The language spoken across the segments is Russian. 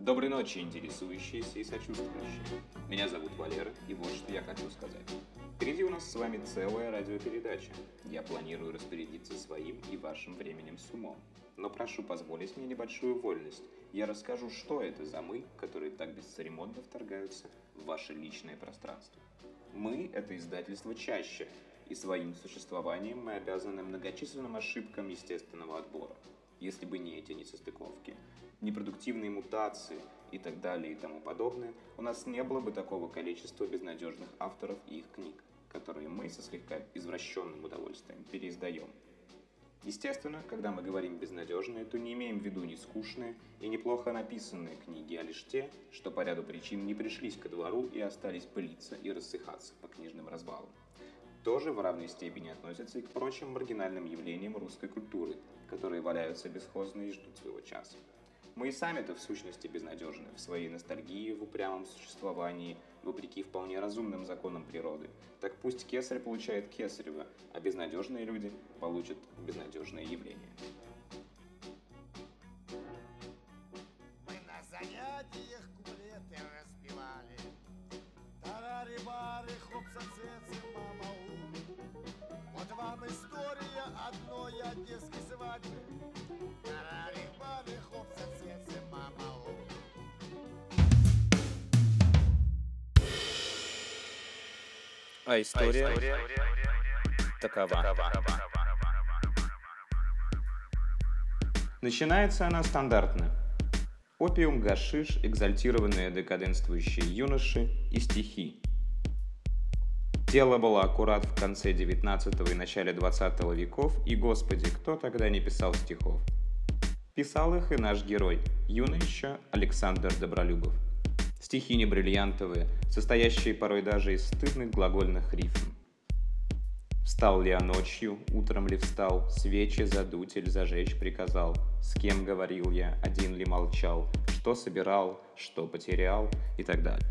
Доброй ночи, интересующиеся и сочувствующие. Меня зовут Валера, и вот что я хочу сказать. Впереди у нас с вами целая радиопередача. Я планирую распорядиться своим и вашим временем с умом. Но прошу позволить мне небольшую вольность. Я расскажу, что это за мы, которые так бесцеремонно вторгаются в ваше личное пространство. Мы — это издательство «Чаще», и своим существованием мы обязаны многочисленным ошибкам естественного отбора. Если бы не эти несостыковки, непродуктивные мутации и так далее и тому подобное, у нас не было бы такого количества безнадежных авторов и их книг, которые мы со слегка извращенным удовольствием переиздаем. Естественно, когда мы говорим «безнадежные», то не имеем в виду не скучные и неплохо написанные книги, а лишь те, что по ряду причин не пришлись ко двору и остались пылиться и рассыхаться по книжным развалам. Тоже в равной степени относятся и к прочим маргинальным явлениям русской культуры, которые валяются бесхозно и ждут своего часа. Мы и сами-то в сущности безнадежны в своей ностальгии, в упрямом существовании, вопреки вполне разумным законам природы. Так пусть кесарь получает кесарево, а безнадежные люди получат безнадежные явления. Мы на занятиях куплеты распевали. Тарари-бары, хопса-цецы, мама-у. Вот вам история одной одесской свадьбы. Тарари-бары, хопса-цецы, мама-у. А история такова. Начинается она стандартно. Опиум, гашиш, экзальтированные декаденствующие юноши и стихи. Дело было аккурат в конце 19 и начале 20 веков, и, господи, кто тогда не писал стихов? Писал их и наш герой, юный еще Александр Добролюбов. Стихи не бриллиантовые, состоящие порой даже из стыдных глагольных рифм. Встал ли я ночью, утром ли встал, свечи задуть или зажечь приказал, с кем говорил я, один ли молчал, что собирал, что потерял и так далее.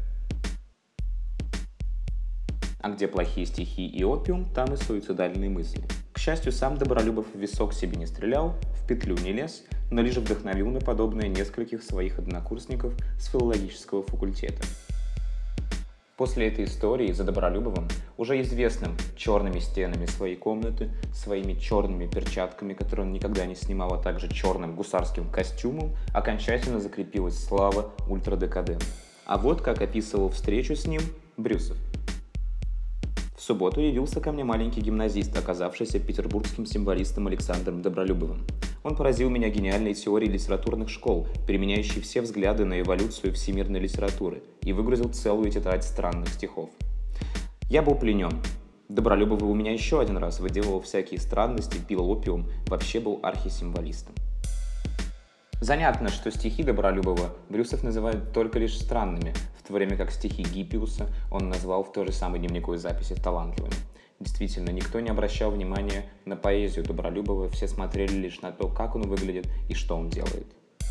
А где плохие стихи и опиум, там и суицидальные мысли. К счастью, сам Добролюбов в висок себе не стрелял, в петлю не лез, но лишь вдохновил на подобное нескольких своих однокурсников с филологического факультета. После этой истории за Добролюбовым, уже известным черными стенами своей комнаты, своими черными перчатками, которые он никогда не снимал, а также черным гусарским костюмом, окончательно закрепилась слава ультрадекадента. А вот как описывал встречу с ним Брюсов. В субботу явился ко мне маленький гимназист, оказавшийся петербургским символистом Александром Добролюбовым. Он поразил меня гениальной теорией литературных школ, применяющей все взгляды на эволюцию всемирной литературы, и выгрузил целую тетрадь странных стихов. Я был пленен. Добролюбов у меня еще один раз выделывал всякие странности, пил опиум, вообще был архисимволистом. Занятно, что стихи Добролюбова Брюсов называет только лишь странными, в то время как стихи Гиппиуса он назвал в той же самой дневниковой записи талантливыми. Действительно, никто не обращал внимания на поэзию Добролюбова, все смотрели лишь на то, как он выглядит и что он делает.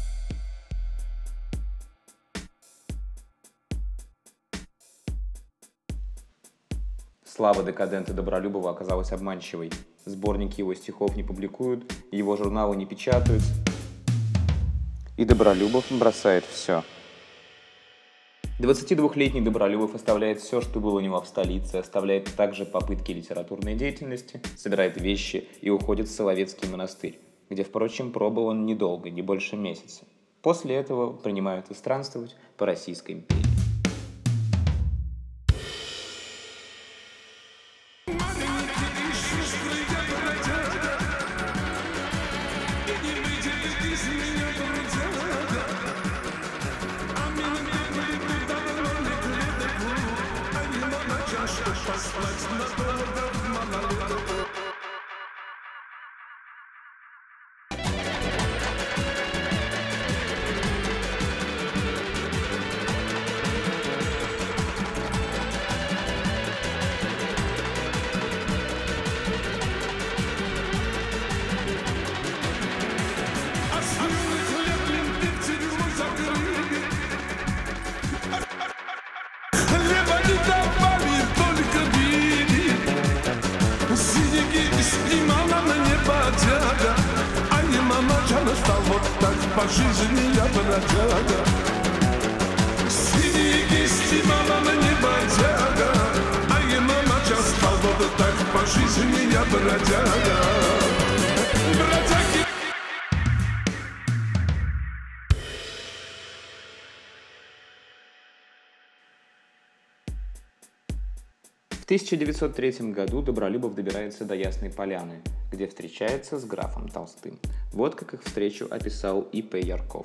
Слава декадента Добролюбова оказалась обманчивой. Сборники его стихов не публикуют, его журналы не печатают, и Добролюбов бросает все. 22-летний Добролюбов оставляет все, что было у него в столице, оставляет также попытки литературной деятельности, собирает вещи и уходит в Соловецкий монастырь, где, впрочем, пробыл он недолго, не больше месяца. После этого принимаются странствовать по Российской империи. Стал вот так по жизни я бродяга. Вести мама мне бодяга, а и мама часто вот так по жизни я бродяга. Бродяги. В 1903 году Добролюбов добирается до Ясной Поляны, где встречается с графом Толстым. Вот как их встречу описал И.П. Ярков.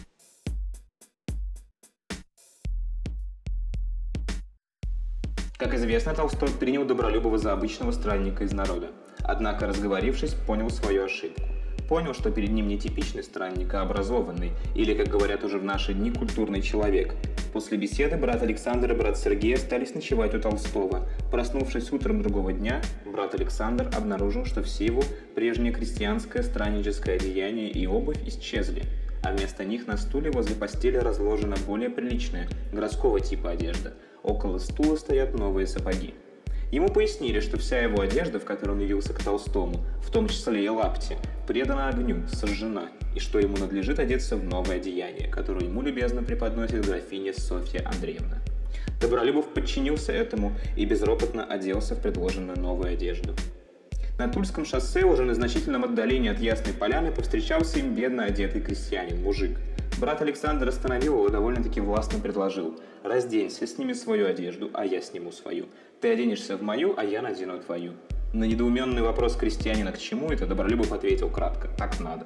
Как известно, Толстой принял Добролюбова за обычного странника из народа. Однако, разговорившись, понял свою ошибку. Понял, что перед ним не типичный странник, а образованный, или, как говорят уже в наши дни, культурный человек. После беседы брат Александр и брат Сергей остались ночевать у Толстого. Проснувшись утром другого дня, брат Александр обнаружил, что все его прежнее крестьянское странническое одеяние и обувь исчезли, а вместо них на стуле возле постели разложена более приличная, городского типа одежда. Около стула стоят новые сапоги. Ему пояснили, что вся его одежда, в которой он явился к Толстому, в том числе и лапти, предана огню, сожжена, и что ему надлежит одеться в новое одеяние, которое ему любезно преподносит графиня Софья Андреевна. Добролюбов подчинился этому и безропотно оделся в предложенную новую одежду. На Тульском шоссе, уже на значительном отдалении от Ясной Поляны, повстречался им бедно одетый крестьянин, мужик. Брат Александр остановил его и довольно-таки властно предложил: «Разденься, сними свою одежду, а я сниму свою. Ты оденешься в мою, а я надену твою». На недоуменный вопрос крестьянина, к чему это, Добролюбов ответил кратко: «Так надо».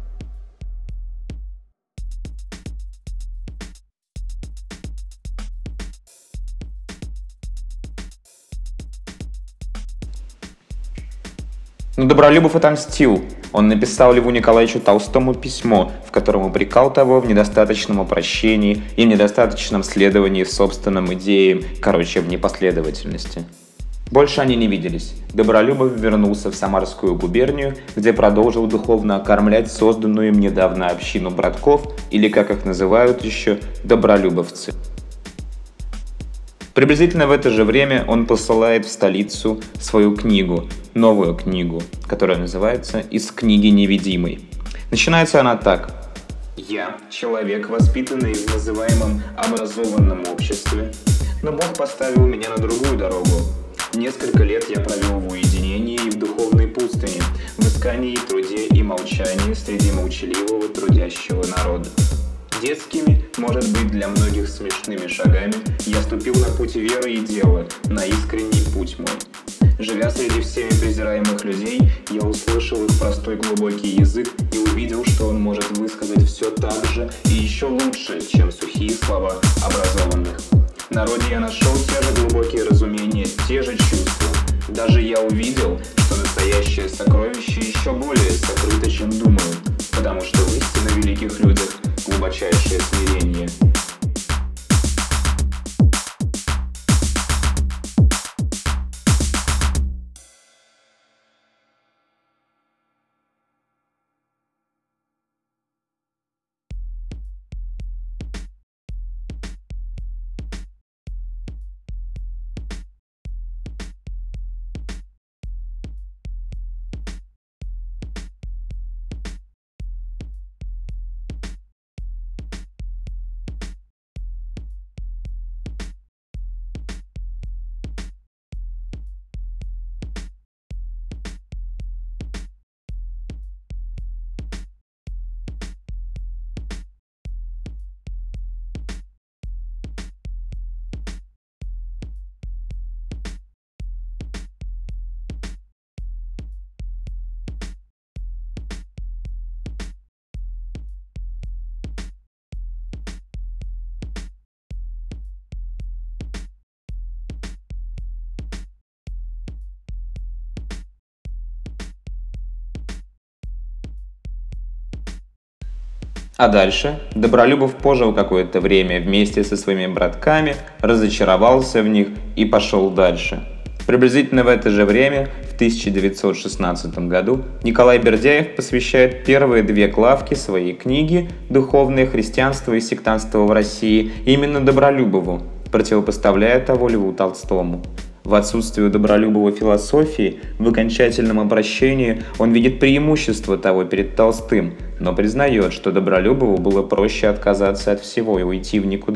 Но Добролюбов отомстил. Он написал Льву Николаевичу Толстому письмо, в котором упрекал того в недостаточном обращении и в недостаточном следовании собственным идеям, в непоследовательности. Больше они не виделись. Добролюбов вернулся в Самарскую губернию, где продолжил духовно окормлять созданную им недавно общину братков, или, как их называют еще, добролюбовцы. Приблизительно в это же время он посылает в столицу свою книгу, новую книгу, которая называется «Из книги невидимой». Начинается она так. «Я, человек, воспитанный в называемом образованном обществе, но Бог поставил меня на другую дорогу. Несколько лет я провел в уединении и в духовной пустыне, в искании, труде и молчании среди молчаливого трудящего народа. Детскими, может быть, для многих смешными шагами, я ступил на путь веры и дела, на искренний путь мой. Живя среди всеми презираемых людей, я услышал их простой глубокий язык и увидел, что он может высказать все так же и еще лучше, чем сухие слова образованных. В народе я нашел те же глубокие разумения, те же чувства. Даже я увидел, что настоящее сокровище еще более сокрыто, чем думают, потому что в истинно великих людях глубочайшее смирение». А дальше Добролюбов пожил какое-то время вместе со своими братками, разочаровался в них и пошел дальше. Приблизительно в это же время, в 1916 году, Николай Бердяев посвящает первые две главки своей книги «Духовное христианство и сектантство в России» именно Добролюбову, противопоставляя того Льву Толстому. В отсутствии у Добролюбова философии, в окончательном обращении он видит преимущество того перед Толстым, но признает, что Добролюбову было проще отказаться от всего и уйти в никуда.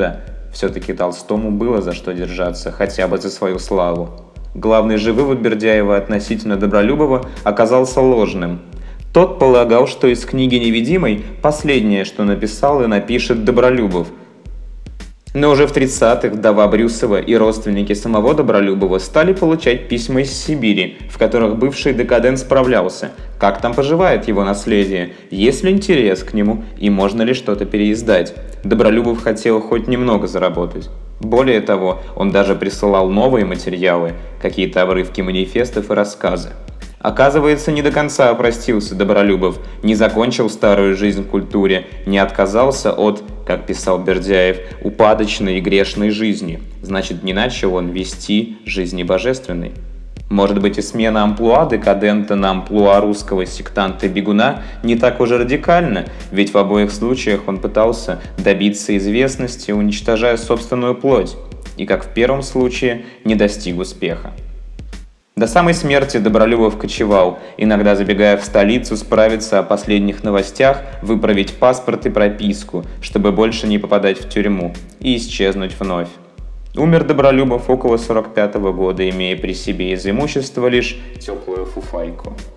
Все-таки Толстому было за что держаться, хотя бы за свою славу. Главный же вывод Бердяева относительно Добролюбова оказался ложным. Тот полагал, что из книги «Невидимой» последнее, что написал и напишет Добролюбов. Но уже в 30-х вдова Брюсова и родственники самого Добролюбова стали получать письма из Сибири, в которых бывший декадент справлялся, как там поживает его наследие, есть ли интерес к нему и можно ли что-то переиздать. Добролюбов хотел хоть немного заработать. Более того, он даже присылал новые материалы, какие-то обрывки манифестов и рассказы. Оказывается, не до конца опростился Добролюбов, не закончил старую жизнь в культуре, не отказался от, как писал Бердяев, упадочной и грешной жизни. Значит, не начал он вести жизни божественной. Может быть, и смена амплуа декадента на амплуа русского сектанта-бегуна не так уж радикальна, ведь в обоих случаях он пытался добиться известности, уничтожая собственную плоть, и, как в первом случае, не достиг успеха. До самой смерти Добролюбов кочевал, иногда забегая в столицу справиться о последних новостях, выправить паспорт и прописку, чтобы больше не попадать в тюрьму, и исчезнуть вновь. Умер Добролюбов около 45-го года, имея при себе из имущества лишь теплую фуфайку.